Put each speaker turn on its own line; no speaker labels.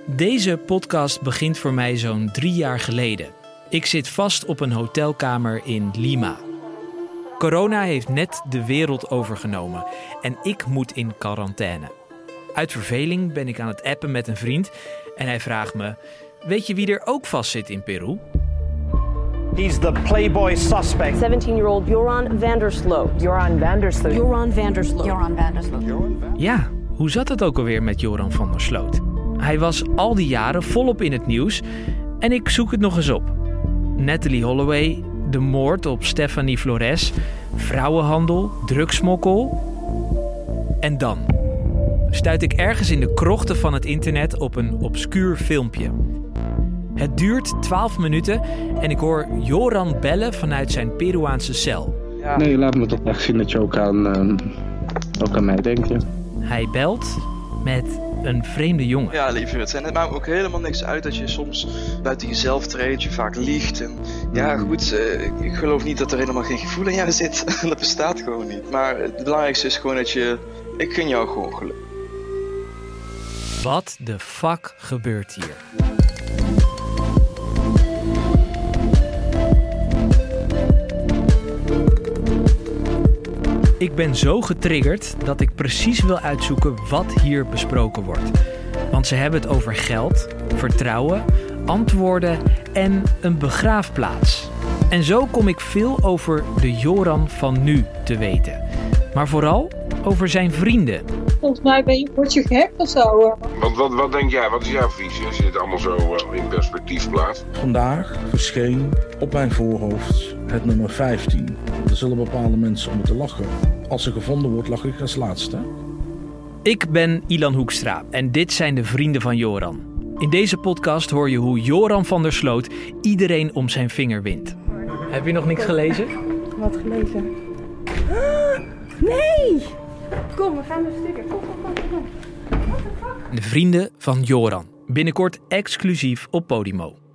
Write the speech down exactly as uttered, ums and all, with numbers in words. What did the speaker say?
Deze podcast begint voor mij zo'n drie jaar geleden. Ik zit vast op een hotelkamer in Lima. Corona heeft net de wereld overgenomen en ik moet in quarantaine. Uit verveling ben ik aan het appen met een vriend en hij vraagt me: weet je wie er ook vastzit in Peru?
He's the Playboy suspect.
seventeen-year-old Joran van der Sloot.
Joran van der Sloot.
Joran van der Sloot.
Joran van der Sloot.
Ja, hoe zat het ook alweer met Joran van der Sloot? Hij was al die jaren volop in het nieuws en ik zoek het nog eens op. Natalee Holloway, de moord op Stephanie Flores, vrouwenhandel, drugsmokkel. En dan stuit ik ergens in de krochten van het internet op een obscuur filmpje. Het duurt twaalf minuten en ik hoor Joran bellen vanuit zijn Peruaanse cel.
Ja. Nee, laat me toch echt zien dat je ook aan, uh, ook aan mij denkt. Ja.
Hij belt met een vreemde jongen.
Ja, lieverd. En het maakt ook helemaal niks uit dat je soms buiten jezelf treedt, je vaak liegt. En ja, goed, uh, ik geloof niet dat er helemaal geen gevoel in jou zit. Dat bestaat gewoon niet. Maar het belangrijkste is gewoon dat je... Ik gun jou gewoon geluk.
Wat de fuck gebeurt hier? Ik ben zo getriggerd dat ik precies wil uitzoeken wat hier besproken wordt. Want ze hebben het over geld, vertrouwen, antwoorden en een begraafplaats. En zo kom ik veel over de Joran van nu te weten. Maar vooral over zijn vrienden.
Volgens mij ben je, word je gek of zo.
Wat, wat, wat denk jij? Wat is jouw visie als je dit allemaal zo uh, in perspectief plaatst?
Vandaag verscheen op mijn voorhoofd het nummer vijftien. Er zullen bepaalde mensen om te lachen. Als ze gevonden wordt, lach ik als laatste.
Ik ben Ilan Hoekstra en dit zijn de vrienden van Joran. In deze podcast hoor je hoe Joran van der Sloot iedereen om zijn vinger wint. Heb je nog niks gelezen?
Wat gelezen? Ah, nee! Kom, we gaan er stukken. Kom, kom, kom, kom. What the fuck?
De vrienden van Joran. Binnenkort exclusief op Podimo.